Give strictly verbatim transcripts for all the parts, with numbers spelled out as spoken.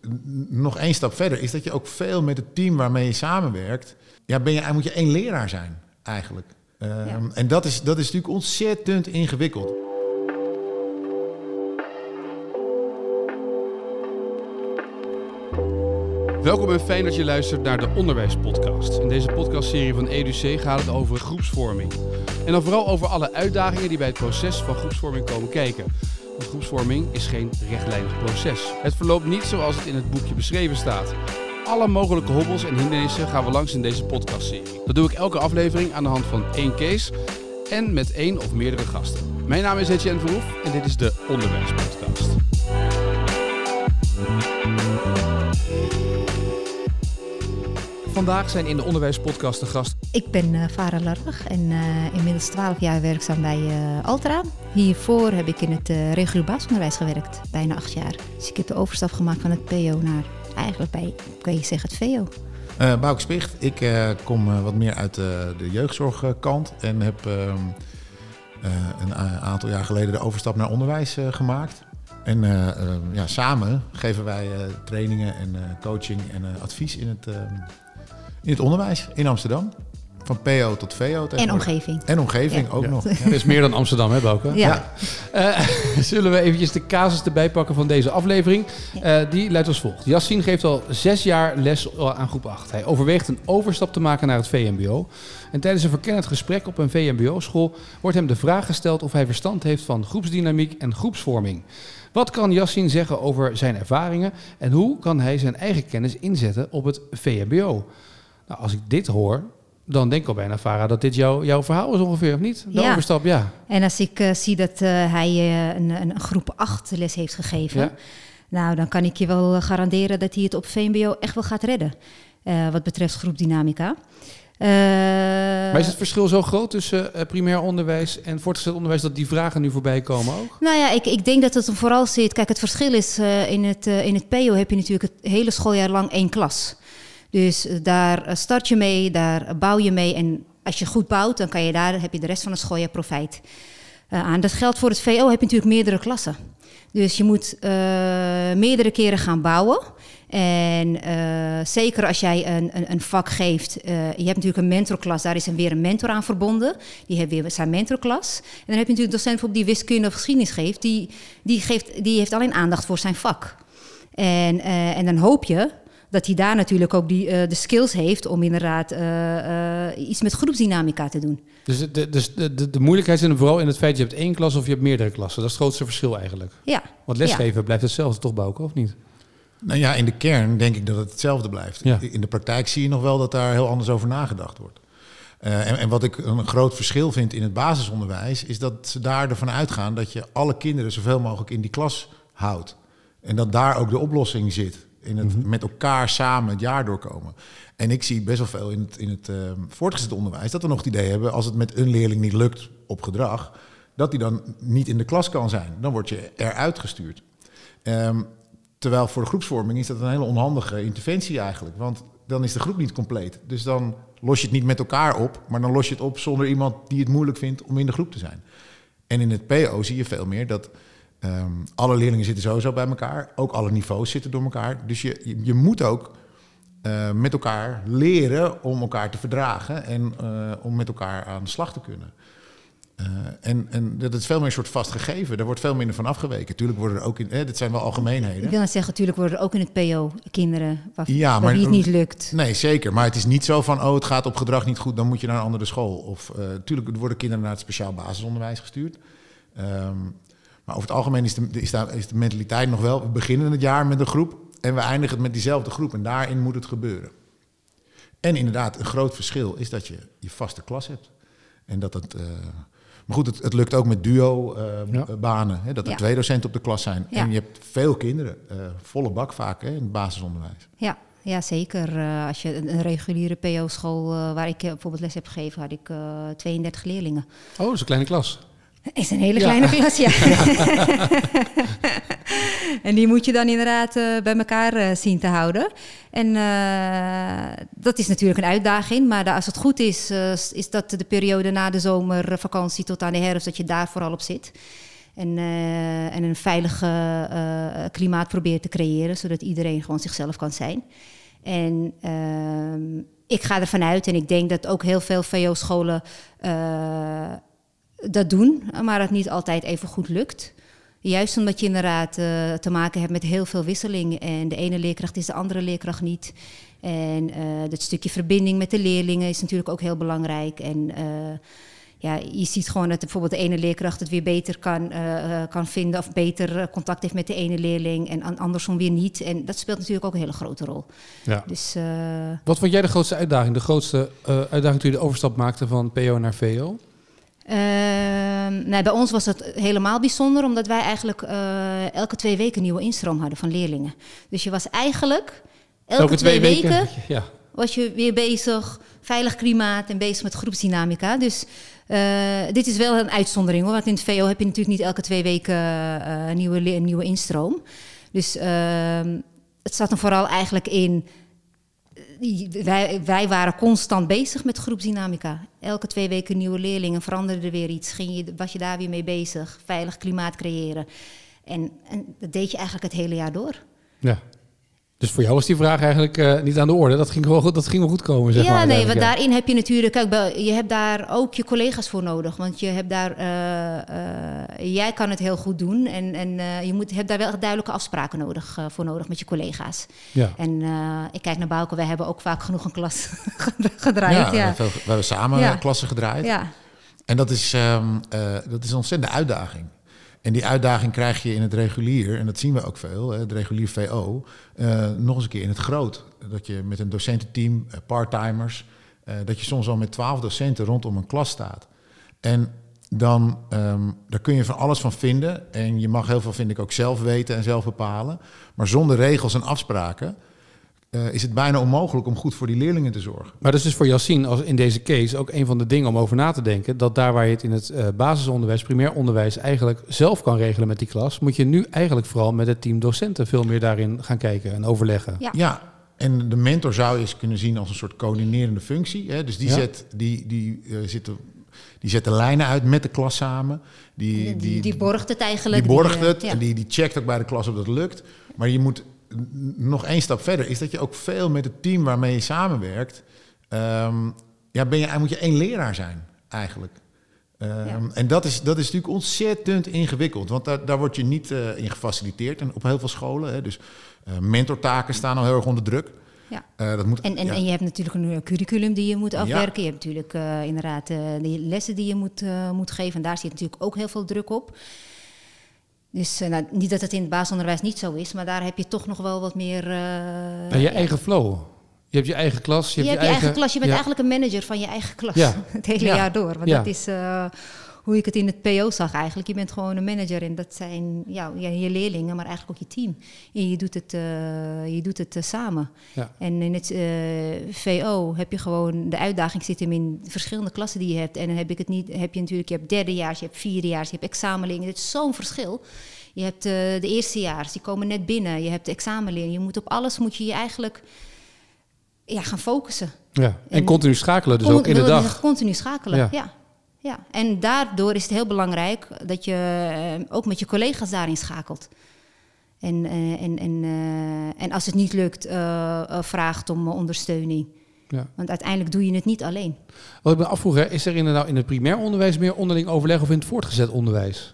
nog één stap verder is dat je ook veel met het team waarmee je samenwerkt, ja, ben je, moet je één leraar zijn eigenlijk. Uh, ja. En dat is, dat is natuurlijk ontzettend ingewikkeld. Welkom en fijn dat je luistert naar de Onderwijspodcast. In deze podcastserie van E D U C gaat het over groepsvorming. En dan vooral over alle uitdagingen die bij het proces van groepsvorming komen kijken. Want groepsvorming is geen rechtlijnig proces. Het verloopt niet zoals het in het boekje beschreven staat. Alle mogelijke hobbels en hindernissen gaan we langs in deze podcastserie. Dat doe ik elke aflevering aan de hand van één case en met één of meerdere gasten. Mijn naam is Etienne Verhoef en dit is de Onderwijspodcast. Vandaag zijn in de Onderwijspodcast de gast. Ik ben uh, Farah Larrach en uh, inmiddels twaalf jaar werkzaam bij uh, Altra. Hiervoor heb ik in het uh, regulier basisonderwijs gewerkt, bijna acht jaar. Dus ik heb de overstap gemaakt van het P O naar eigenlijk bij, kan je zeggen, het V O. Uh, Bouke Spicht, ik uh, kom uh, wat meer uit uh, de jeugdzorgkant en heb uh, uh, een aantal jaar geleden de overstap naar onderwijs uh, gemaakt. En uh, uh, ja, samen geven wij uh, trainingen en uh, coaching en uh, advies in het, uh, in het onderwijs in Amsterdam. Van P O tot V O. En omgeving. En omgeving ja. ook ja. nog. Het is meer dan Amsterdam, hè Bouke? Ja. ja. Uh, zullen we eventjes de casus erbij pakken van deze aflevering? Uh, die luidt als volgt. Yassine geeft al zes jaar les aan groep acht. Hij overweegt een overstap te maken naar het V M B O. En tijdens een verkennend gesprek op een V M B O-school wordt hem de vraag gesteld of hij verstand heeft van groepsdynamiek en groepsvorming. Wat kan Yassine zeggen over zijn ervaringen en hoe kan hij zijn eigen kennis inzetten op het V M B O? Nou, als ik dit hoor, dan denk ik al bijna, Farah, dat dit jou, jouw verhaal is ongeveer, of niet? De ja. overstap, ja. En als ik uh, zie dat uh, hij uh, een, een groep acht les heeft gegeven, ja. nou, dan kan ik je wel garanderen dat hij het op V M B O echt wel gaat redden, uh, wat betreft groepdynamica. Uh, maar is het verschil zo groot tussen uh, primair onderwijs en voortgezet onderwijs dat die vragen nu voorbij komen ook? Nou ja, ik, ik denk dat het er vooral zit. Kijk, het verschil is uh, in, het, uh, in het P O heb je natuurlijk het hele schooljaar lang één klas. Dus uh, daar start je mee, daar bouw je mee. En als je goed bouwt, dan kan je daar, heb je de rest van het schooljaar profijt uh, aan. Dat geldt voor het V O, heb je natuurlijk meerdere klassen. Dus je moet uh, meerdere keren gaan bouwen. En uh, zeker als jij een, een, een vak geeft, uh, je hebt natuurlijk een mentorklas, daar is er weer een mentor aan verbonden. Die heeft weer zijn mentorklas. En dan heb je natuurlijk een docent bijvoorbeeld die wiskunde of geschiedenis geeft, die, die, geeft, die heeft alleen aandacht voor zijn vak. En, uh, en dan hoop je dat hij daar natuurlijk ook die, uh, de skills heeft om inderdaad uh, uh, iets met groepsdynamica te doen. Dus, de, dus de, de, de moeilijkheid zit vooral in het feit dat je hebt één klas of je hebt meerdere klassen. Dat is het grootste verschil eigenlijk. Ja. Want lesgeven ja. blijft hetzelfde toch, Bouke, of niet? Nou ja, in de kern denk ik dat het hetzelfde blijft. Ja. In de praktijk zie je nog wel dat daar heel anders over nagedacht wordt. Uh, en, en wat ik een groot verschil vind in het basisonderwijs is dat ze daar ervan uitgaan dat je alle kinderen zoveel mogelijk in die klas houdt. En dat daar ook de oplossing zit. In het mm-hmm. met elkaar samen het jaar doorkomen. En ik zie best wel veel in het, in het uh, voortgezet onderwijs dat we nog het idee hebben, als het met een leerling niet lukt op gedrag, dat die dan niet in de klas kan zijn. Dan word je eruit gestuurd. Um, terwijl voor de groepsvorming is dat een hele onhandige interventie eigenlijk. Want dan is de groep niet compleet. Dus dan los je het niet met elkaar op, maar dan los je het op zonder iemand die het moeilijk vindt om in de groep te zijn. En in het P O zie je veel meer dat Um, alle leerlingen zitten sowieso bij elkaar. Ook alle niveaus zitten door elkaar. Dus je, je, je moet ook uh, met elkaar leren om elkaar te verdragen en uh, om met elkaar aan de slag te kunnen. Uh, en, en dat is veel meer een soort vast gegeven. Daar wordt veel minder van afgeweken. Tuurlijk worden er ook in, eh, dit zijn wel algemeenheden. Ik wil dan zeggen, natuurlijk worden er ook in het P O kinderen waar, ja, waar wie het niet lukt. Nee, zeker. Maar het is niet zo van, oh, het gaat op gedrag niet goed, dan moet je naar een andere school. Of uh, tuurlijk worden kinderen naar het speciaal basisonderwijs gestuurd. Um, Maar over het algemeen is de, is, de, is de mentaliteit nog wel, we beginnen het jaar met een groep en we eindigen het met diezelfde groep. En daarin moet het gebeuren. En inderdaad, een groot verschil is dat je je vaste klas hebt. En dat het, uh, maar goed, het, het lukt ook met duo-banen, uh, ja. dat er ja. twee docenten op de klas zijn. Ja. En je hebt veel kinderen, uh, volle bak vaak hè, in het basisonderwijs. Ja, ja zeker. Uh, als je een, een reguliere P O-school uh, waar ik uh, bijvoorbeeld les heb gegeven, had ik uh, tweeëndertig leerlingen. Oh, dat is een kleine klas. Is een hele kleine ja. klas, ja. En die moet je dan inderdaad uh, bij elkaar uh, zien te houden. En uh, dat is natuurlijk een uitdaging. Maar als het goed is, uh, is dat de periode na de zomervakantie tot aan de herfst, dat je daar vooral op zit. En, uh, en een veilig uh, klimaat probeert te creëren, zodat iedereen gewoon zichzelf kan zijn. En uh, ik ga ervan uit en ik denk dat ook heel veel V O-scholen uh, dat doen, maar het niet altijd even goed lukt. Juist omdat je inderdaad uh, te maken hebt met heel veel wisseling. En de ene leerkracht is de andere leerkracht niet. En uh, dat stukje verbinding met de leerlingen is natuurlijk ook heel belangrijk. En uh, ja, je ziet gewoon dat bijvoorbeeld de ene leerkracht het weer beter kan, uh, kan vinden... of beter contact heeft met de ene leerling en andersom weer niet. En dat speelt natuurlijk ook een hele grote rol. Ja. Dus, uh, wat vond jij de grootste uitdaging? De grootste uh, uitdaging toen je de overstap maakte van P O naar V O? Uh, nou, bij ons was het helemaal bijzonder, omdat wij eigenlijk uh, elke twee weken een nieuwe instroom hadden van leerlingen. Dus je was eigenlijk elke, elke twee, twee weken, weken ja. was je weer bezig, veilig klimaat en bezig met groepsdynamica. Dus uh, dit is wel een uitzondering hoor, want in het V O heb je natuurlijk niet elke twee weken uh, een, nieuwe, een nieuwe instroom. Dus uh, het zat er vooral eigenlijk in... Wij, wij waren constant bezig met groepsdynamica. Elke twee weken nieuwe leerlingen, veranderde er weer iets. Ging je, was je daar weer mee bezig? Veilig klimaat creëren. En, en dat deed je eigenlijk het hele jaar door. Ja. Dus voor jou was die vraag eigenlijk uh, niet aan de orde. Dat ging wel goed, dat ging wel goed komen, zeg ja, maar. Nee, want ja. daarin heb je natuurlijk... Kijk, je hebt daar ook je collega's voor nodig. Want je hebt daar... Uh, uh, jij kan het heel goed doen. En, en uh, je moet, hebt daar wel duidelijke afspraken nodig, uh, voor nodig met je collega's. Ja. En uh, ik kijk naar Bouke. Wij hebben ook vaak genoeg een klas gedraaid. Ja, ja. We, hebben, we hebben samen ja. klassen gedraaid. Ja. En dat is, um, uh, dat is een ontzettende uitdaging. En die uitdaging krijg je in het regulier, en dat zien we ook veel, het regulier V O, uh, nog eens een keer in het groot. Dat je met een docententeam, uh, parttimers, uh, dat je soms al met twaalf docenten rondom een klas staat. En dan um, daar kun je van alles van vinden. En je mag heel veel, vind ik, ook zelf weten en zelf bepalen. Maar zonder regels en afspraken Uh, is het bijna onmogelijk om goed voor die leerlingen te zorgen. Maar dat is dus voor Yassine als in deze case ook een van de dingen om over na te denken. Dat daar waar je het in het uh, basisonderwijs, primair onderwijs eigenlijk zelf kan regelen met die klas, moet je nu eigenlijk vooral met het team docenten veel meer daarin gaan kijken en overleggen. Ja, ja. En de mentor zou je eens kunnen zien als een soort coördinerende functie. Hè? Dus die, ja. zet, die, die, uh, zit de, die zet de lijnen uit met de klas samen. Die, die, die, die borgt het eigenlijk. Die borgt het die, ja. en die, die checkt ook bij de klas of dat lukt. Maar je moet nog één stap verder, is dat je ook veel met het team waarmee je samenwerkt, um, ja, ben je, moet je één leraar zijn eigenlijk. Um, ja. En dat is, dat is natuurlijk ontzettend ingewikkeld, want daar, daar word je niet uh, in gefaciliteerd en op heel veel scholen. Hè, dus uh, mentortaken staan al heel erg onder druk. Ja. Uh, dat moet, en, en, ja. en je hebt natuurlijk een curriculum die je moet afwerken. Ja. Je hebt natuurlijk uh, inderdaad uh, de lessen die je moet, uh, moet geven. En daar zit natuurlijk ook heel veel druk op. Dus uh, nou, niet dat het in het basisonderwijs niet zo is, maar daar heb je toch nog wel wat meer... Uh, ja, je ja. eigen flow. Je hebt je eigen klas. Je, je hebt je, je eigen, eigen klas. Je bent ja. eigenlijk een manager van je eigen klas. Ja. Het hele ja. jaar door. Want ja. dat is uh, hoe ik het in het P O zag eigenlijk. Je bent gewoon een manager en dat zijn ja, je leerlingen, maar eigenlijk ook je team. En je doet het, uh, je doet het uh, samen. Ja. En in het uh, V O heb je gewoon de uitdaging zit hem in verschillende klassen die je hebt. En dan heb ik het niet, heb je natuurlijk, je hebt derdejaars, je hebt vierdejaars, je hebt examenleerlingen. Het is zo'n verschil. Je hebt uh, de eerstejaars, die komen net binnen. Je hebt de examenleerlingen. Je moet op alles moet je je eigenlijk ja, gaan focussen. Ja, en, en continu schakelen dus con- ook in de dag. Continu schakelen, ja. ja. ja. En daardoor is het heel belangrijk dat je uh, ook met je collega's daarin schakelt. En, uh, en, en, uh, en als het niet lukt, uh, uh, vraagt om uh, ondersteuning. Ja. Want uiteindelijk doe je het niet alleen. Wat ik me afvroeg, hè, is er in, nou in het primair onderwijs meer onderling overleg of in het voortgezet onderwijs?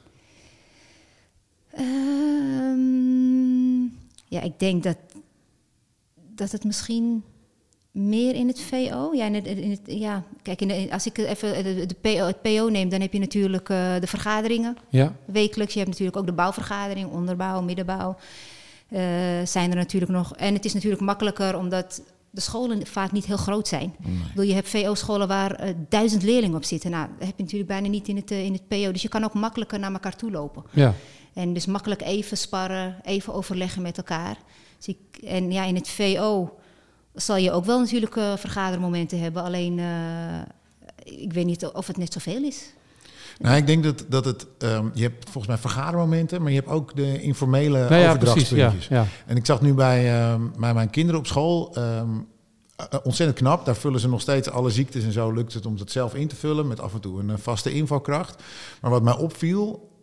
Um, ja, ik denk dat, dat het misschien meer in het V O... Ja, in het, in het, ja kijk, in de, als ik even de, de P O, het P O neem, dan heb je natuurlijk uh, de vergaderingen. Ja. Wekelijks. Je hebt natuurlijk ook de bouwvergadering, onderbouw, middenbouw. Uh, zijn er natuurlijk nog. En het is natuurlijk makkelijker omdat de scholen vaak niet heel groot zijn. Nee. Ik bedoel, je hebt V O-scholen waar uh, duizend leerlingen op zitten. Nou, dat heb je natuurlijk bijna niet in het, uh, in het P O. Dus je kan ook makkelijker naar elkaar toe lopen. Ja. En dus makkelijk even sparren, even overleggen met elkaar. Dus ik, en ja, in het V O zal je ook wel natuurlijk uh, vergadermomenten hebben. Alleen, uh, ik weet niet of het net zoveel is. Nou, ik denk dat, dat het... Um, je hebt volgens mij vergadermomenten, maar je hebt ook de informele nou ja, overdrachtspuntjes. Ja, ja. En ik zag nu bij, um, bij mijn kinderen op school... Um, uh, ontzettend knap. Daar vullen ze nog steeds alle ziektes en zo. Lukt het om het zelf in te vullen met af en toe een vaste invalkracht. Maar wat mij opviel... Ik,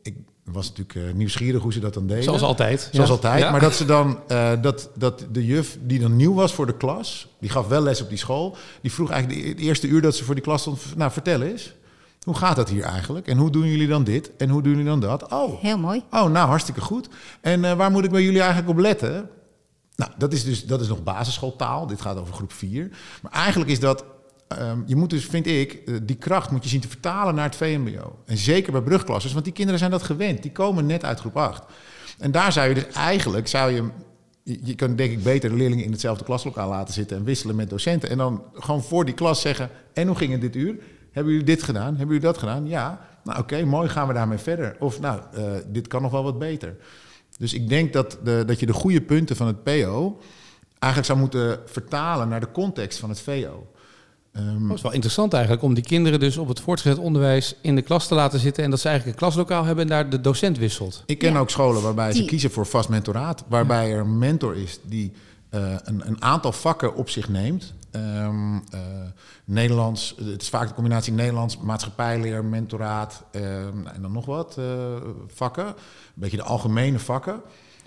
was natuurlijk uh, nieuwsgierig hoe ze dat dan deden. Zoals altijd. Zoals ja. altijd. Ja. Maar dat ze dan, uh, dat, dat de juf die dan nieuw was voor de klas, die gaf wel les op die school, die vroeg eigenlijk de, de eerste uur dat ze voor die klas stond, nou vertel eens, hoe gaat dat hier eigenlijk? En hoe doen jullie dan dit? En hoe doen jullie dan dat? Oh, heel mooi. Oh, nou hartstikke goed. En uh, waar moet ik bij jullie eigenlijk op letten? Nou, dat is dus dat is nog basisschooltaal. Dit gaat over groep vier. Maar eigenlijk is dat, um, je moet dus, vind ik, uh, die kracht moet je zien te vertalen naar het V M B O. En zeker bij brugklassers, want die kinderen zijn dat gewend. Die komen net uit groep acht. En daar zou je dus eigenlijk, zou je, je, je kan denk ik beter de leerlingen in hetzelfde klaslokaal laten zitten en wisselen met docenten. En dan gewoon voor die klas zeggen, en hoe ging het dit uur? Hebben jullie dit gedaan? Hebben jullie dat gedaan? Ja. Nou oké, okay, mooi, gaan we daarmee verder. Of nou, uh, dit kan nog wel wat beter. Dus ik denk dat, de, dat je de goede punten van het P O eigenlijk zou moeten vertalen naar de context van het V O. Um, dat is wel interessant eigenlijk, om die kinderen dus op het voortgezet onderwijs in de klas te laten zitten en dat ze eigenlijk een klaslokaal hebben en daar de docent wisselt. Ik ken ja. ook scholen waarbij die... ze kiezen voor vast mentoraat, waarbij er een mentor is die uh, een, een aantal vakken op zich neemt. Um, uh, Nederlands, het is vaak de combinatie Nederlands, maatschappijleer, mentoraat uh, en dan nog wat uh, vakken. Een beetje de algemene vakken.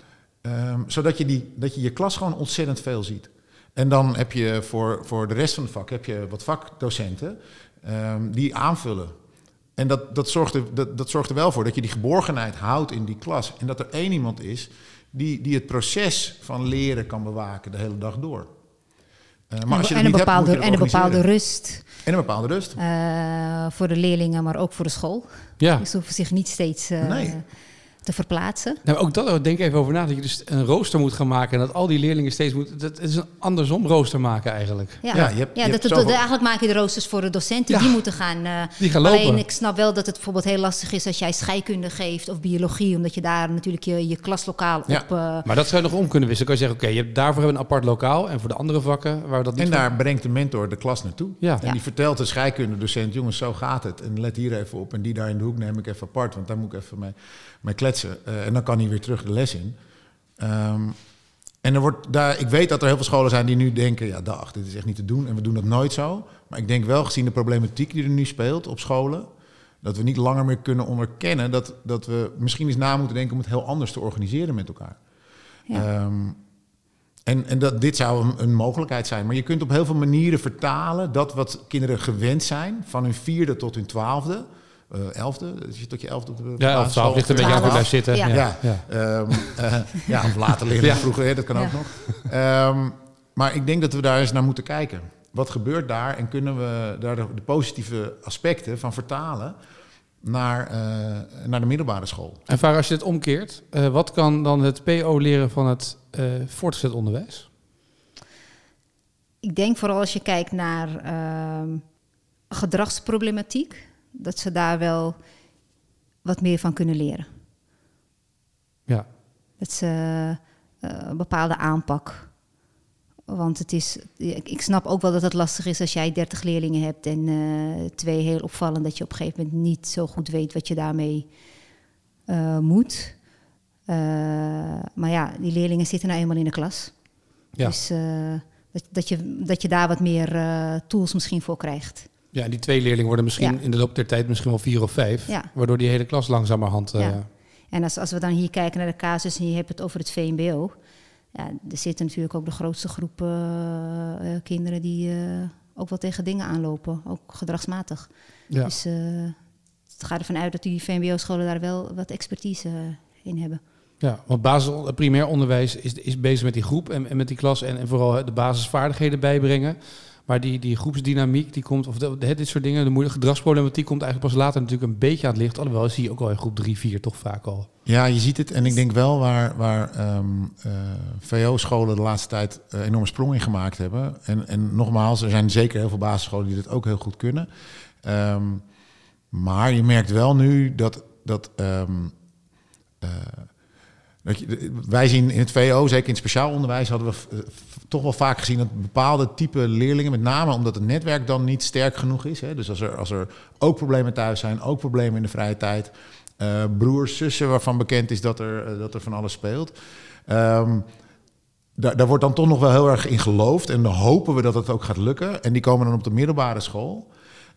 Um, zodat je, die, dat je je klas gewoon ontzettend veel ziet. En dan heb je voor, voor de rest van het vak heb je wat vakdocenten um, die aanvullen. En dat, dat, zorgt er, dat, dat zorgt er wel voor dat je die geborgenheid houdt in die klas. En dat er één iemand is die, die het proces van leren kan bewaken de hele dag door. Uh, maar als je en, een bepaalde, hebt, en een bepaalde rust. En een bepaalde rust. Uh, voor de leerlingen, maar ook voor de school. Ja. Dus ze hoeven zich niet steeds uh, nee. te verplaatsen. Nou, ook dat, denk even over na, dat je dus een rooster moet gaan maken en dat al die leerlingen steeds moeten. Dat is een andersom rooster maken eigenlijk. Ja, ja, je hebt, ja je dat, hebt dat, eigenlijk maak je de roosters voor de docenten, ja. die moeten gaan. Uh, die gaan lopen. Alleen ik snap wel dat het bijvoorbeeld heel lastig is als jij scheikunde geeft of biologie, omdat je daar natuurlijk je, je klaslokaal ja. op. Uh, maar dat zou je nog om kunnen wisselen. Kan je zeggen, oké, okay, daarvoor hebben we een apart lokaal en voor de andere vakken waar we dat niet. En van... daar brengt de mentor de klas naartoe. Ja. En ja. die vertelt de scheikundedocent, jongens, zo gaat het. En let hier even op. En die daar in de hoek neem ik even apart, want daar moet ik even mee, mee kletsen. Uh, en dan kan hij weer terug de les in. Um, en er wordt daar, ik weet dat er heel veel scholen zijn die nu denken, ja dag, dit is echt niet te doen en we doen dat nooit zo. Maar ik denk wel, gezien de problematiek die er nu speelt op scholen, dat we niet langer meer kunnen onderkennen dat, dat we misschien eens na moeten denken om het heel anders te organiseren met elkaar. Ja. Um, en en dat, dit zou een, een mogelijkheid zijn. Maar je kunt op heel veel manieren vertalen dat wat kinderen gewend zijn, van hun vierde tot hun twaalfde, uh, elfde, dus je tot je elfde op de ja, of twaalf ligt een beetje aan hoe daar zitten. Ja, ja. ja. Um, uh, ja of later leren ja. vroeger, hè, dat kan ja. ook nog. Um, maar ik denk dat we daar eens naar moeten kijken. Wat gebeurt daar en kunnen we daar de, de positieve aspecten van vertalen naar, uh, naar de middelbare school. En Farah, als je het omkeert, uh, wat kan dan het P O leren van het uh, voortgezet onderwijs? Ik denk vooral als je kijkt naar uh, gedragsproblematiek, dat ze daar wel wat meer van kunnen leren. Ja. Dat ze uh, een bepaalde aanpak. Want het is, ik snap ook wel dat het lastig is als jij dertig leerlingen hebt en uh, twee heel opvallen, dat je op een gegeven moment niet zo goed weet wat je daarmee uh, moet. Uh, maar ja, die leerlingen zitten nou eenmaal in de klas. Ja. Dus uh, dat, dat, je, dat je daar wat meer uh, tools misschien voor krijgt. Ja, en die twee leerlingen worden misschien ja. in de loop der tijd misschien wel vier of vijf. Ja. Waardoor die hele klas langzamerhand... Uh, ja. En als, als we dan hier kijken naar de casus en je hebt het over het V M B O. Ja, er zitten natuurlijk ook de grootste groepen uh, kinderen die uh, ook wel tegen dingen aanlopen. Ook gedragsmatig. Ja. Dus uh, het gaat ervan uit dat die V M B O-scholen daar wel wat expertise uh, in hebben. Ja, want basis, primair onderwijs is, is bezig met die groep en, en met die klas en, en vooral de basisvaardigheden bijbrengen. Maar die, die groepsdynamiek, die komt, of de, de, dit soort dingen, de moeilijke gedragsproblematiek komt eigenlijk pas later natuurlijk een beetje aan het licht. Alhoewel, zie je ook al in groep drie, vier toch vaak al. Ja, je ziet het. En ik denk wel waar, waar um, uh, V O-scholen de laatste tijd uh, enorme sprong in gemaakt hebben. En, en nogmaals, er zijn zeker heel veel basisscholen die dit ook heel goed kunnen. Um, maar je merkt wel nu dat... dat um, uh, Dat je, wij zien in het V O, zeker in het speciaal onderwijs, hadden we uh, toch wel vaak gezien dat bepaalde type leerlingen, met name omdat het netwerk dan niet sterk genoeg is. Hè, dus als er, als er ook problemen thuis zijn, ook problemen in de vrije tijd, uh, broers, zussen waarvan bekend is dat er, uh, dat er van alles speelt. Um, daar, daar wordt dan toch nog wel heel erg in geloofd en dan hopen we dat het ook gaat lukken. En die komen dan op de middelbare school.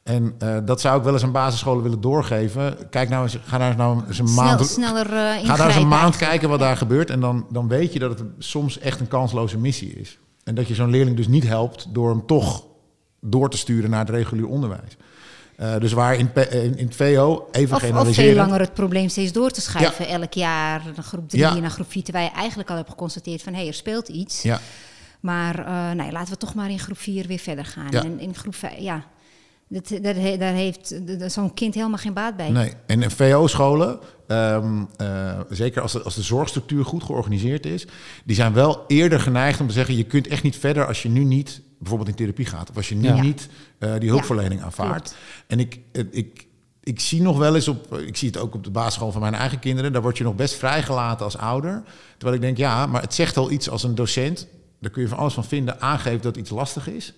En uh, dat zou ik wel eens aan basisscholen willen doorgeven. Kijk nou eens, ga daar nou eens een Snel, maand... Sneller uh, Ga daar eens een maand eigenlijk. kijken wat ja. daar gebeurt. En dan, dan weet je dat het soms echt een kansloze missie is. En dat je zo'n leerling dus niet helpt door hem toch door te sturen naar het regulier onderwijs. Uh, dus waar in, in, in het V O, even of, generaliseren... Of veel langer het probleem steeds door te schuiven. Ja. Elk jaar naar groep drie, Ja. naar groep vier. Terwijl je eigenlijk al hebt geconstateerd van... hé, hey, er speelt iets. Ja. Maar uh, nee, laten we toch maar in groep vier weer verder gaan. Ja. En in groep vijf, ja... Dat, dat, daar heeft zo'n kind helemaal geen baat bij. Nee, en in V O-scholen, um, uh, zeker als de, als de zorgstructuur goed georganiseerd is... die zijn wel eerder geneigd om te zeggen... je kunt echt niet verder als je nu niet bijvoorbeeld in therapie gaat... of als je nu Ja. niet uh, die hulpverlening ja, aanvaardt. klopt. En ik, ik, ik zie nog wel eens op... ik zie het ook op de basisschool van mijn eigen kinderen... daar word je nog best vrijgelaten als ouder. Terwijl ik denk, ja, maar het zegt al iets als een docent... daar kun je van alles van vinden, aangeeft dat iets lastig is...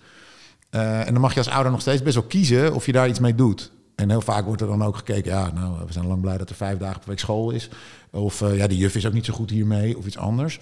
Uh, en dan mag je als ouder nog steeds best wel kiezen of je daar iets mee doet. En heel vaak wordt er dan ook gekeken... ja, nou, we zijn lang blij dat er vijf dagen per week school is. Of uh, ja, die juf is ook niet zo goed hiermee, of iets anders.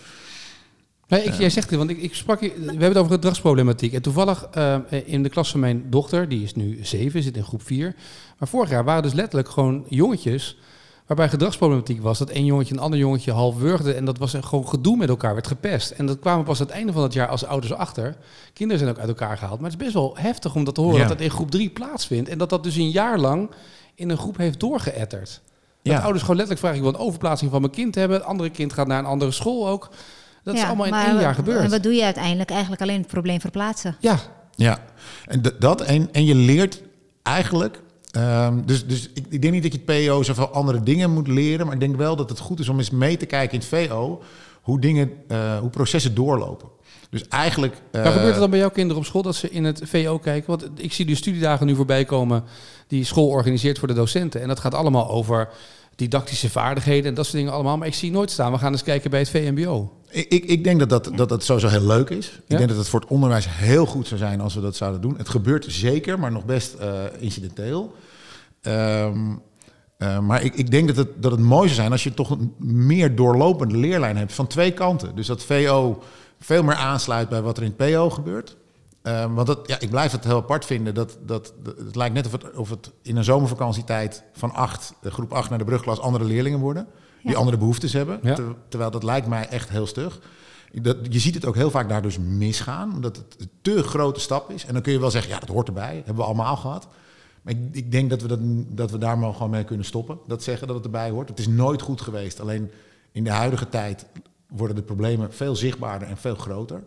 Nee, ik, jij zegt het, want ik, ik sprak... We hebben het over gedragsproblematiek. En toevallig uh, in de klas van mijn dochter... die is nu zeven, zit in groep vier... maar vorig jaar waren dus letterlijk gewoon jongetjes... waarbij gedragsproblematiek was dat één jongetje een ander jongetje half wurgde... en dat was gewoon gedoe met elkaar, werd gepest. En dat kwamen pas aan het einde van het jaar als ouders achter. Kinderen zijn ook uit elkaar gehaald. Maar het is best wel heftig om dat te horen, ja. dat dat in groep drie plaatsvindt... en dat dat dus een jaar lang in een groep heeft doorgeëtterd. Dat Ja. ouders gewoon letterlijk vragen... ik wil een overplaatsing van mijn kind hebben. Het andere kind gaat naar een andere school ook. Dat ja, is allemaal in maar, één jaar gebeurd. En wat doe je uiteindelijk? Eigenlijk alleen het probleem verplaatsen. Ja. Ja, en d- dat en, en je leert eigenlijk... Um, dus dus ik, ik denk niet dat je het P O zoveel andere dingen moet leren... maar ik denk wel dat het goed is om eens mee te kijken in het V O... hoe, dingen, uh, hoe processen doorlopen. Dus eigenlijk... Uh, Waar gebeurt het dan bij jouw kinderen op school dat ze in het V O kijken? Want ik zie de studiedagen nu voorbij komen... die school organiseert voor de docenten. En dat gaat allemaal over didactische vaardigheden... en dat soort dingen allemaal. Maar ik zie nooit staan, we gaan eens kijken bij het V M B O. Ik, ik, ik denk dat dat, dat dat sowieso heel leuk is. Ik Ja? denk dat het voor het onderwijs heel goed zou zijn als we dat zouden doen. Het gebeurt zeker, maar nog best uh, incidenteel. Um, uh, maar ik, ik denk dat het, dat het mooi zou zijn als je toch een meer doorlopende leerlijn hebt van twee kanten. Dus dat V O veel meer aansluit bij wat er in het P O gebeurt. Um, want dat, ja, ik blijf het heel apart vinden. Dat, dat, dat, het lijkt net of het, of het in een zomervakantietijd van acht, groep acht naar de brugklas andere leerlingen worden. Die ja. andere behoeftes hebben. Ja. Ter, terwijl dat lijkt mij echt heel stug. Dat, je ziet het ook heel vaak daar dus misgaan. Omdat het een te grote stap is. En dan kun je wel zeggen, ja, dat hoort erbij. Dat hebben we allemaal gehad. Maar ik, ik denk dat we, dat, dat we daar maar gewoon mee kunnen stoppen. Dat zeggen dat het erbij hoort. Het is nooit goed geweest. Alleen in de huidige tijd worden de problemen veel zichtbaarder en veel groter.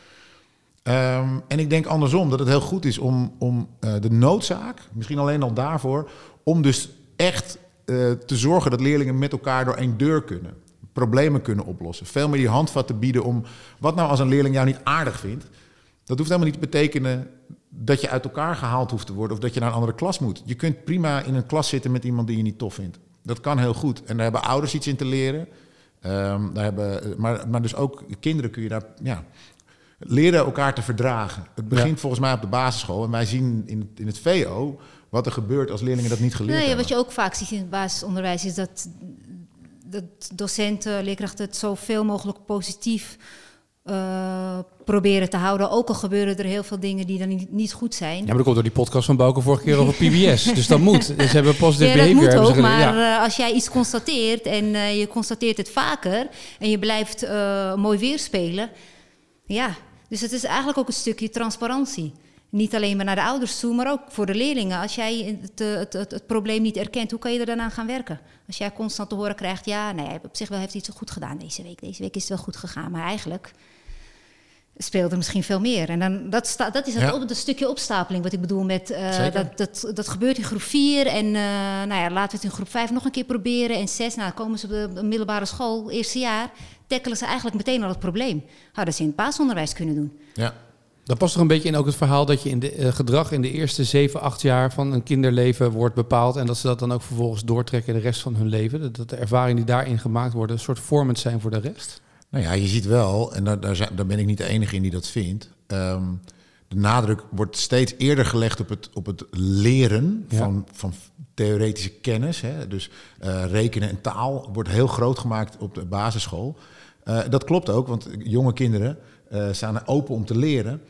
Um, en ik denk andersom dat het heel goed is om, om uh, de noodzaak, misschien alleen al daarvoor, om dus echt uh, te zorgen dat leerlingen met elkaar door één deur kunnen. Problemen kunnen oplossen. Veel meer die handvat te bieden om, wat nou als een leerling jou niet aardig vindt, dat hoeft helemaal niet te betekenen dat je uit elkaar gehaald hoeft te worden of dat je naar een andere klas moet. Je kunt prima in een klas zitten met iemand die je niet tof vindt. Dat kan heel goed. En daar hebben ouders iets in te leren. Um, daar hebben, maar, maar dus ook kinderen kun je daar... Ja, leren elkaar te verdragen. Het begint ja. volgens mij op de basisschool. En wij zien in het, in het V O wat er gebeurt als leerlingen dat niet geleerd nee, hebben. Wat je ook vaak ziet in het basisonderwijs is dat, dat docenten, leerkrachten het zoveel mogelijk positief uh, proberen te houden. Ook al gebeuren er heel veel dingen die dan niet, niet goed zijn. Ja, maar dat komt door die podcast van Bouke vorige keer over P B S. Dus dat moet. Dus ze hebben positieve ja, dat behavior. moet ook, ze maar ja. uh, als jij iets constateert en uh, je constateert het vaker en je blijft uh, mooi weerspelen, ja... Dus het is eigenlijk ook een stukje transparantie. Niet alleen maar naar de ouders toe, maar ook voor de leerlingen. Als jij het, het, het, het probleem niet erkent, hoe kan je er dan aan gaan werken? Als jij constant te horen krijgt, ja, nee, op zich wel heeft hij het goed gedaan deze week. Deze week is het wel goed gegaan, maar eigenlijk speelt er misschien veel meer. En dan, dat, sta, dat is het, ja. op, dat stukje opstapeling wat ik bedoel met... Uh, dat, dat, dat gebeurt in groep vier en uh, nou ja, laten we het in groep vijf nog een keer proberen. En zes, nou, dan komen ze op de, de middelbare school, eerste jaar, tackelen ze eigenlijk meteen al het probleem. Hadden ze in het basisonderwijs kunnen doen. Ja. Dat past er een beetje in ook het verhaal dat je in de uh, gedrag in de eerste zeven, acht jaar van een kinderleven wordt bepaald. En dat ze dat dan ook vervolgens doortrekken in de rest van hun leven. Dat, dat de ervaringen die daarin gemaakt worden een soort vormend zijn voor de rest. Nou ja, je ziet wel, en daar, daar, zijn, daar ben ik niet de enige in die dat vindt. Um, de nadruk wordt steeds eerder gelegd op het, op het leren ja. van, van theoretische kennis. Hè. Dus uh, rekenen en taal wordt heel groot gemaakt op de basisschool. Uh, dat klopt ook, want jonge kinderen uh, staan open om te leren.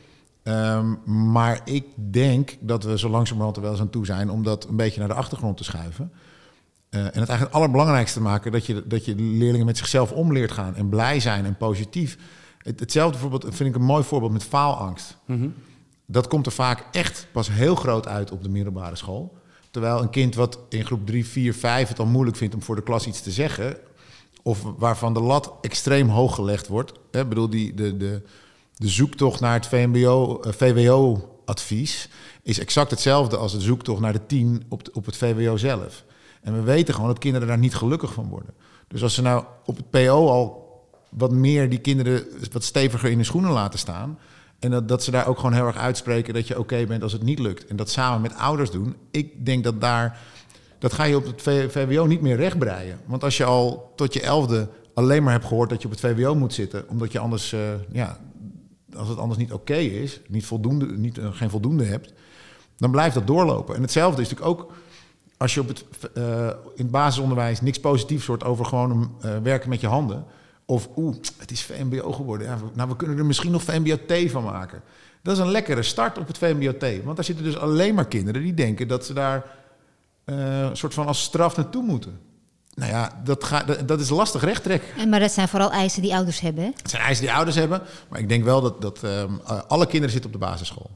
Um, maar ik denk dat we zo langzamerhand er wel eens aan toe zijn om dat een beetje naar de achtergrond te schuiven. Uh, en het eigenlijk het allerbelangrijkste te maken dat je, dat je leerlingen met zichzelf om leert gaan en blij zijn en positief. Het, hetzelfde voorbeeld vind ik een mooi voorbeeld met faalangst. Mm-hmm. Dat komt er vaak echt pas heel groot uit op de middelbare school. Terwijl een kind wat in groep drie, vier, vijf het al moeilijk vindt om voor de klas iets te zeggen, of waarvan de lat extreem hoog gelegd wordt. Ik bedoel, die, de, de, de zoektocht naar het V M B O, uh, V W O-advies is exact hetzelfde als de zoektocht naar de tien op, de, op het V W O zelf. En we weten gewoon dat kinderen daar niet gelukkig van worden. Dus als ze nou op het P O al wat meer die kinderen wat steviger in de schoenen laten staan, en dat, dat ze daar ook gewoon heel erg uitspreken dat je oké okay bent als het niet lukt. En dat samen met ouders doen. Ik denk dat daar, dat ga je op het V W O niet meer rechtbreien. Want als je al tot je elfde alleen maar hebt gehoord dat je op het V W O moet zitten, omdat je anders, uh, ja, als het anders niet oké okay is, niet voldoende, niet, uh, geen voldoende hebt, dan blijft dat doorlopen. En hetzelfde is natuurlijk ook als je op het, uh, in het basisonderwijs niks positiefs hoort over gewoon uh, werken met je handen. Of, oeh, het is V M B O geworden. Ja, nou, we kunnen er misschien nog V M B O T van maken. Dat is een lekkere start op het V M B O T. Want daar zitten dus alleen maar kinderen die denken dat ze daar uh, een soort van als straf naartoe moeten. Nou ja, dat, ga, dat, dat is lastig rechttrekken. Maar dat zijn vooral eisen die ouders hebben, hè? Het zijn eisen die ouders hebben. Maar ik denk wel dat, dat um, alle kinderen zitten op de basisschool.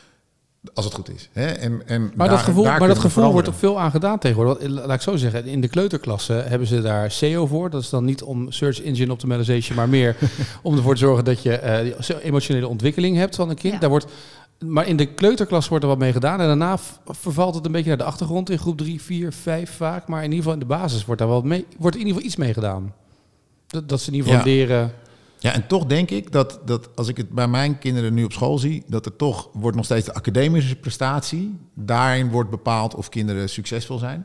Als het goed is. Hè? En, en maar daar, dat gevoel, daar maar dat gevoel wordt ook veel aan gedaan tegenwoordig. Laat ik zo zeggen, in de kleuterklasse hebben ze daar S E O voor. Dat is dan niet om Search Engine Optimization, maar meer om ervoor te zorgen dat je uh, emotionele ontwikkeling hebt van een kind. Ja. Daar wordt, maar in de kleuterklas wordt er wat mee gedaan. En daarna vervalt het een beetje naar de achtergrond in groep drie, vier, vijf vaak. Maar in ieder geval in de basis wordt daar wel mee, wordt in ieder geval iets mee gedaan. Dat, dat ze in ieder geval ja. leren. Ja, en toch denk ik dat, dat als ik het bij mijn kinderen nu op school zie, dat er toch wordt nog steeds de academische prestatie. Daarin wordt bepaald of kinderen succesvol zijn.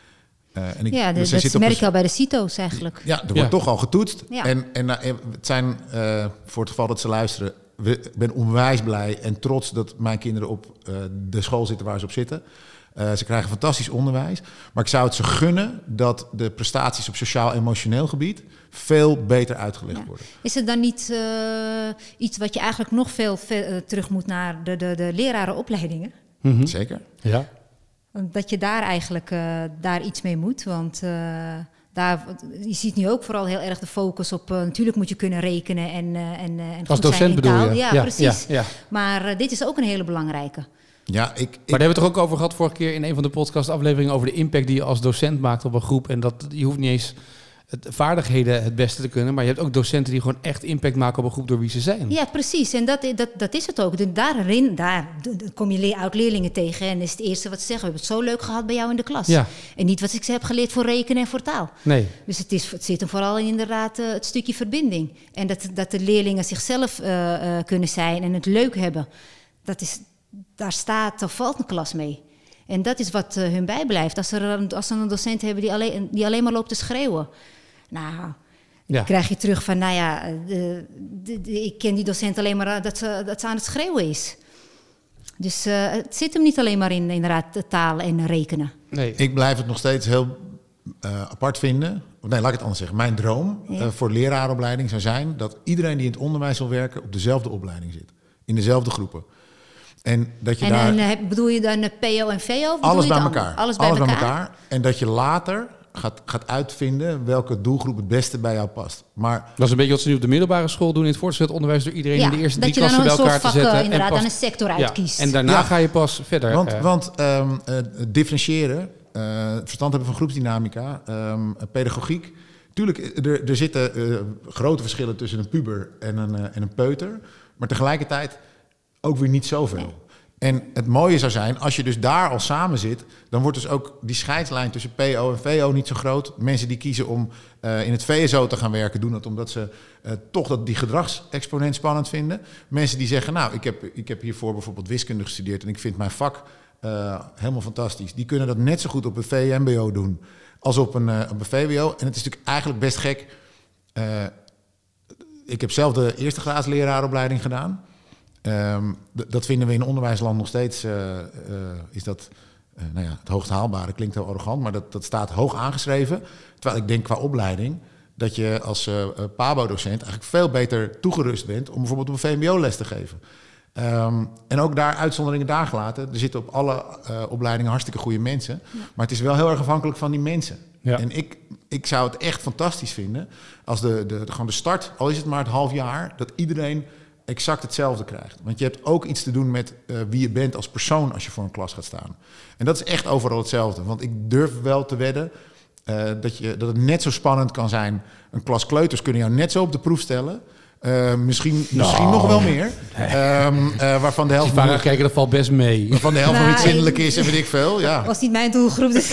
Uh, en ik, ja, de, dus dat merk je een, al bij de C I T O's eigenlijk. Ja, er wordt ja. toch al getoetst. Ja. En, en uh, het zijn, uh, voor het geval dat ze luisteren, ik ben onwijs blij en trots dat mijn kinderen op uh, de school zitten waar ze op zitten. Uh, ze krijgen fantastisch onderwijs. Maar ik zou het ze gunnen dat de prestaties op sociaal-emotioneel gebied veel beter uitgelegd ja. worden. Is het dan niet uh, iets wat je eigenlijk nog veel, veel uh, terug moet naar de, de, de lerarenopleidingen? Mm-hmm. Zeker. Ja. Dat je daar eigenlijk uh, daar iets mee moet. Want uh, daar, je ziet nu ook vooral heel erg de focus op. Uh, natuurlijk moet je kunnen rekenen en, uh, en, uh, en als docent bedoel je? Ja, ja, precies. Ja, ja. Maar uh, dit is ook een hele belangrijke. Ja, ik, ik... Maar daar hebben we het toch ook over gehad vorige keer in een van de podcastafleveringen over de impact die je als docent maakt op een groep. En dat je hoeft niet eens het vaardigheden het beste te kunnen, maar je hebt ook docenten die gewoon echt impact maken op een groep door wie ze zijn. Ja, precies. En dat, dat, dat is het ook. Daarin daar kom je oud-leerlingen tegen en is het eerste wat ze zeggen: we hebben het zo leuk gehad bij jou in de klas. Ja. En niet wat ik heb geleerd voor rekenen en voor taal. Nee. Dus het, is, het zit hem vooral in inderdaad uh, het stukje verbinding. En dat, dat de leerlingen zichzelf uh, uh, kunnen zijn en het leuk hebben. Dat is, daar staat of valt een klas mee. En dat is wat uh, hun bijblijft. Als, er, als ze een docent hebben die alleen, die alleen maar loopt te schreeuwen. Nou, ja. Dan krijg je terug van, nou ja, de, de, de, ik ken die docent alleen maar dat ze, dat ze aan het schreeuwen is. Dus uh, het zit hem niet alleen maar in inderdaad taal en rekenen. Nee. Ik blijf het nog steeds heel uh, apart vinden. Nee, laat ik het anders zeggen. Mijn droom ja. uh, voor leraaropleiding zou zijn dat iedereen die in het onderwijs wil werken op dezelfde opleiding zit. In dezelfde groepen. En, dat je en daar, en bedoel je dan P O en V O? Alles bij elkaar. Alles bij alles elkaar. bij elkaar. En dat je later gaat, gaat uitvinden welke doelgroep het beste bij jou past. Maar dat is een beetje wat ze nu op de middelbare school doen in het voortgezet onderwijs, door iedereen ja, in de eerste drie klassen bij elkaar te zetten. Dat je dan een soort vak, inderdaad, en, pas, een sector uitkiest. Ja, en daarna ja, ga je pas verder. Want, uh, want um, uh, differentiëren, uh, verstand hebben van groepsdynamica, um, pedagogiek. Tuurlijk, er, er zitten uh, grote verschillen tussen een puber en een, uh, en een peuter. Maar tegelijkertijd ook weer niet zoveel. Nee. En het mooie zou zijn, als je dus daar al samen zit, dan wordt dus ook die scheidslijn tussen P O en V O niet zo groot. Mensen die kiezen om uh, in het V S O te gaan werken, doen dat omdat ze uh, toch dat die gedragsexponent spannend vinden. Mensen die zeggen, nou, ik heb, ik heb hiervoor bijvoorbeeld wiskunde gestudeerd en ik vind mijn vak uh, helemaal fantastisch. Die kunnen dat net zo goed op een V M B O doen als op een, uh, op een V W O. En het is natuurlijk eigenlijk best gek. Uh, ik heb zelf de eerste graads leraaropleiding gedaan. Um, d- dat vinden we in onderwijsland nog steeds, uh, uh, is dat uh, nou ja, het hoogst haalbare, klinkt heel arrogant, maar dat, dat staat hoog aangeschreven. Terwijl ik denk qua opleiding dat je als uh, P A B O-docent eigenlijk veel beter toegerust bent om bijvoorbeeld op een V M B O les te geven. Um, en ook daar uitzonderingen daar gelaten. Er zitten op alle uh, opleidingen hartstikke goede mensen. Ja. Maar het is wel heel erg afhankelijk van die mensen. Ja. En ik, ik zou het echt fantastisch vinden als de, de, de, gewoon de start, al is het maar het half jaar, dat iedereen exact hetzelfde krijgt. Want je hebt ook iets te doen met uh, wie je bent als persoon als je voor een klas gaat staan. En dat is echt overal hetzelfde. Want ik durf wel te wedden uh, dat, je, dat het net zo spannend kan zijn. Een klas kleuters kunnen jou net zo op de proef stellen. Uh, misschien nou, misschien nog wel meer. Nee. Um, uh, waarvan de helft... Als je kijken, dat valt best mee. Waarvan de helft nou, nog niet zindelijk is en weet ik veel. Ja. Was niet mijn doelgroep. Dus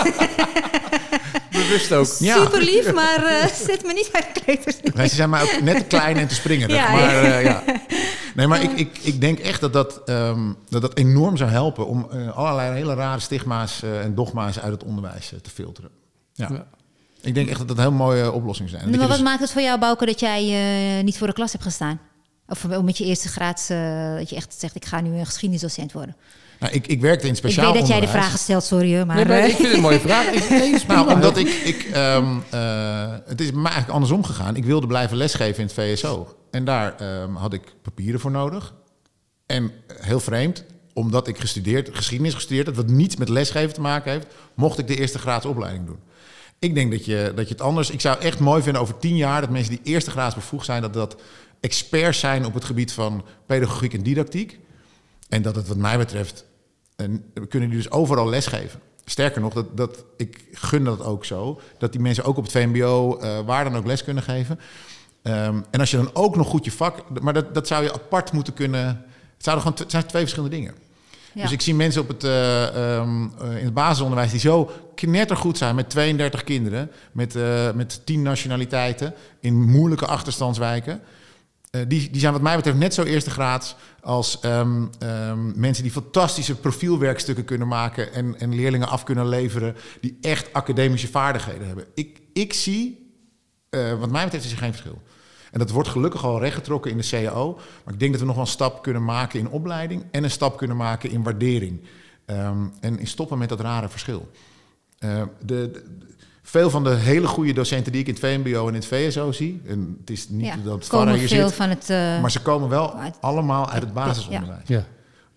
bewust ook. Ja. Super lief, maar uh, zet me niet bij de kleuters. Nee, ze zijn maar ook net te klein en te springerig. Ja, maar, uh, ja. Nee, maar ik, ik, ik denk echt dat dat, um, dat dat enorm zou helpen om uh, allerlei hele rare stigma's uh, en dogma's uit het onderwijs uh, te filteren. Ja. Ja. Ik denk echt dat dat een heel mooie oplossing zijn. Maar wat dus... maakt het voor jou, Bouke, dat jij uh, niet voor de klas hebt gestaan? Of met je eerste graad, uh, dat je echt zegt, ik ga nu een geschiedenisdocent worden? Nou, ik, ik werkte in speciaal onderwijs. Ik weet dat onderwijs. jij de vraag stelt, sorry. Maar, nee, maar ik vind het een mooie vraag. Ik, nee, nou, omdat ik... ik um, uh, het is me eigenlijk andersom gegaan. Ik wilde blijven lesgeven in het V S O. En daar um, had ik papieren voor nodig. En heel vreemd, omdat ik gestudeerd, geschiedenis gestudeerd heb, wat niets met lesgeven te maken heeft, mocht ik de eerste graads opleiding doen. Ik denk dat je, dat je het anders... Ik zou echt mooi vinden over tien jaar dat mensen die eerste graads bevoegd zijn, dat dat experts zijn op het gebied van pedagogiek en didactiek. En dat het wat mij betreft, en we kunnen die dus overal lesgeven. Sterker nog, dat, dat, ik gun dat ook zo, dat die mensen ook op het V M B O uh, waar dan ook les kunnen geven. Um, en als je dan ook nog goed je vak... Maar dat, dat zou je apart moeten kunnen... Het zouden gewoon t- het zijn twee verschillende dingen. Ja. Dus ik zie mensen op het, uh, um, uh, in het basisonderwijs die zo knettergoed zijn met tweeëndertig kinderen, met, uh, met tien nationaliteiten, in moeilijke achterstandswijken. Uh, die, die zijn wat mij betreft net zo eerste graads als um, um, mensen die fantastische profielwerkstukken kunnen maken en, en leerlingen af kunnen leveren die echt academische vaardigheden hebben. Ik, ik zie, uh, wat mij betreft is er geen verschil. En dat wordt gelukkig al rechtgetrokken in de C A O. Maar ik denk dat we nog wel een stap kunnen maken in opleiding en een stap kunnen maken in waardering. Um, en in stoppen met dat rare verschil. Uh, de, de, veel van de hele goede docenten die ik in het V M B O en in het V S O zie, en het is niet ja, dat het Farah hier zit, van het, uh, maar ze komen wel uit, allemaal uit het basisonderwijs. Ja.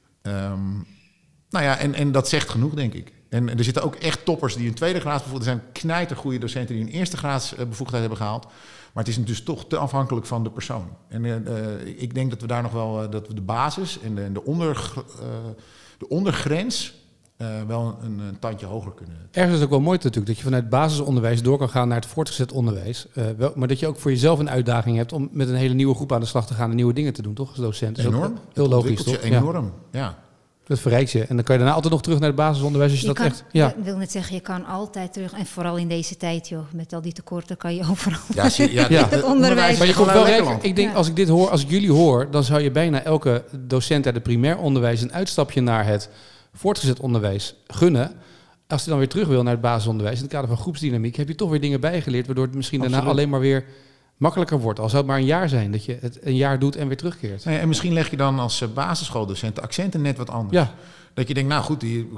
Um, nou ja, en, en dat zegt genoeg, denk ik. En, en er zitten ook echt toppers die een tweede graads bevoegd. Er zijn knijtergoeie docenten die een eerste graads uh, bevoegdheid hebben gehaald. Maar het is dus toch te afhankelijk van de persoon. En uh, ik denk dat we daar nog wel uh, dat we de basis en de, en de, onder, uh, de ondergrens uh, wel een, een tandje hoger kunnen. Ergens is het ook wel mooi natuurlijk dat je vanuit het basisonderwijs door kan gaan naar het voortgezet onderwijs. Uh, wel, maar dat je ook voor jezelf een uitdaging hebt om met een hele nieuwe groep aan de slag te gaan en nieuwe dingen te doen, toch? Als docent. Enorm. Is heel logisch, toch? Enorm, ja. ja. Dat verrijkt je. En dan kan je daarna altijd nog terug naar het basisonderwijs als je, je dat kan, echt... Ja. Ik wil net zeggen, je kan altijd terug. En vooral in deze tijd, joh. Met al die tekorten kan je overal... Ja, zie, ja, ja. Het, het onderwijs. Maar je komt wel recht. Ik denk, ja. als ik dit hoor, als ik jullie hoor, dan zou je bijna elke docent uit het primair onderwijs een uitstapje naar het voortgezet onderwijs gunnen. Als hij dan weer terug wil naar het basisonderwijs, in het kader van groepsdynamiek, heb je toch weer dingen bijgeleerd, waardoor het misschien Absoluut. daarna alleen maar weer makkelijker wordt. Al zou het maar een jaar zijn, dat je het een jaar doet en weer terugkeert. Nee, en misschien leg je dan als basisschooldocent de accenten net wat anders. Ja. Dat je denkt, nou goed, die,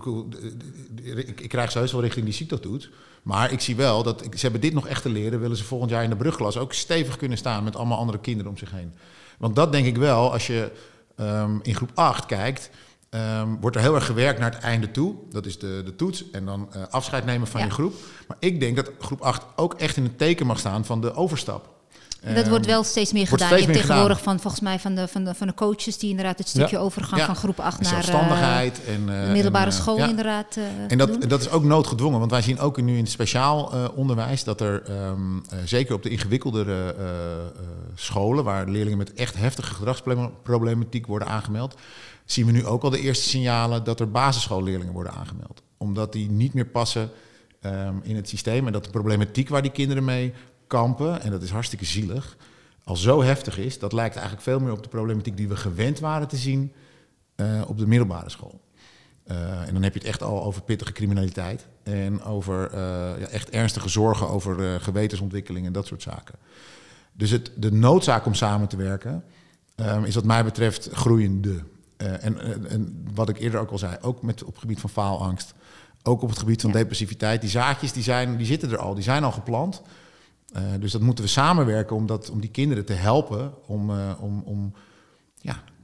ik, ik krijg ze heus wel richting die ziektoetoets. Maar ik zie wel dat ik, ze hebben dit nog echt te leren. Willen ze volgend jaar in de brugklas ook stevig kunnen staan met allemaal andere kinderen om zich heen. Want dat denk ik wel, als je um, in groep acht kijkt, um, wordt er heel erg gewerkt naar het einde toe. Dat is de, de toets en dan uh, afscheid nemen van ja. je groep. Maar ik denk dat groep acht ook echt in het teken mag staan van de overstap. Dat wordt wel steeds meer gedaan. Steeds je hebt tegenwoordig gedaan. van volgens mij van de, van de, van de coaches die inderdaad het stukje ja. overgang ja. van groep acht naar zelfstandigheid uh, en uh, middelbare en, school ja. inderdaad. Uh, en dat, dat is ook noodgedwongen, want wij zien ook nu in het speciaal uh, onderwijs dat er um, uh, zeker op de ingewikkeldere uh, uh, scholen, waar leerlingen met echt heftige gedragsproblematiek worden aangemeld, zien we nu ook al de eerste signalen dat er basisschoolleerlingen worden aangemeld, omdat die niet meer passen um, in het systeem en dat de problematiek waar die kinderen mee kampen, en dat is hartstikke zielig, al zo heftig is, dat lijkt eigenlijk veel meer op de problematiek die we gewend waren te zien uh, op de middelbare school. Uh, en dan heb je het echt al over pittige criminaliteit en over uh, ja, echt ernstige zorgen over uh, gewetensontwikkeling en dat soort zaken. Dus het, de noodzaak om samen te werken um, is wat mij betreft groeiende. Uh, en, en, en wat ik eerder ook al zei, ook met, op het gebied van faalangst, ook op het gebied van ja. depressiviteit, die zaadjes die, zijn, die zitten er al, die zijn al geplant. Uh, dus dat moeten we samenwerken om, dat, om die kinderen te helpen om, uh, om, om ja,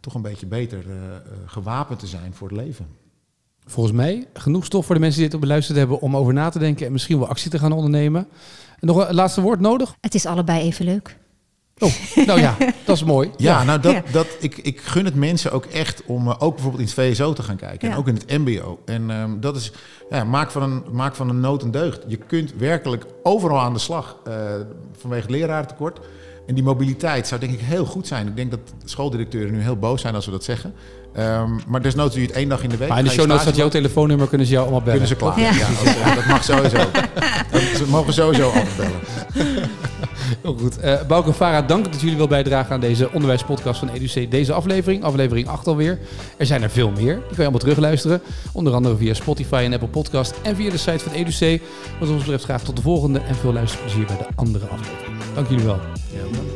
toch een beetje beter uh, uh, gewapend te zijn voor het leven. Volgens mij genoeg stof voor de mensen die dit beluisterd hebben om over na te denken en misschien wel actie te gaan ondernemen. En nog een laatste woord nodig? Het is allebei even leuk. Oh, nou ja, dat is mooi. Ja, nou dat, ja. dat ik, ik gun het mensen ook echt om uh, ook bijvoorbeeld in het V S O te gaan kijken. Ja. En ook in het M B O. En um, dat is, ja, maak van, een, maak van een nood een deugd. Je kunt werkelijk overal aan de slag uh, vanwege het lerarentekort. En die mobiliteit zou denk ik heel goed zijn. Ik denk dat schooldirecteuren nu heel boos zijn als we dat zeggen. Um, maar desnoods doe je het één dag in de week. Maar in de show notes staat jouw telefoonnummer, kunnen ze jou allemaal bellen. Kunnen ze klaar. Ja. Ja, ja, dat mag sowieso. Ze mogen sowieso altijd bellen. Heel goed. Uh, Bouke en Farah, dank dat jullie wel bijdragen aan deze onderwijspodcast van EduC. Deze aflevering, aflevering acht alweer. Er zijn er veel meer. Die kan je allemaal terugluisteren. Onder andere via Spotify en Apple Podcast en via de site van EduC. Wat ons betreft graag tot de volgende en veel luisterplezier bij de andere aflevering. Dank jullie wel. Ja, dank.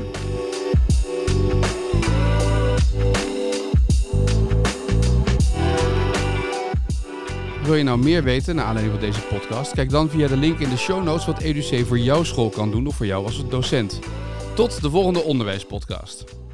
Wil je nou meer weten naar aanleiding van deze podcast? Kijk dan via de link in de show notes wat EduC voor jouw school kan doen of voor jou als docent. Tot de volgende onderwijspodcast.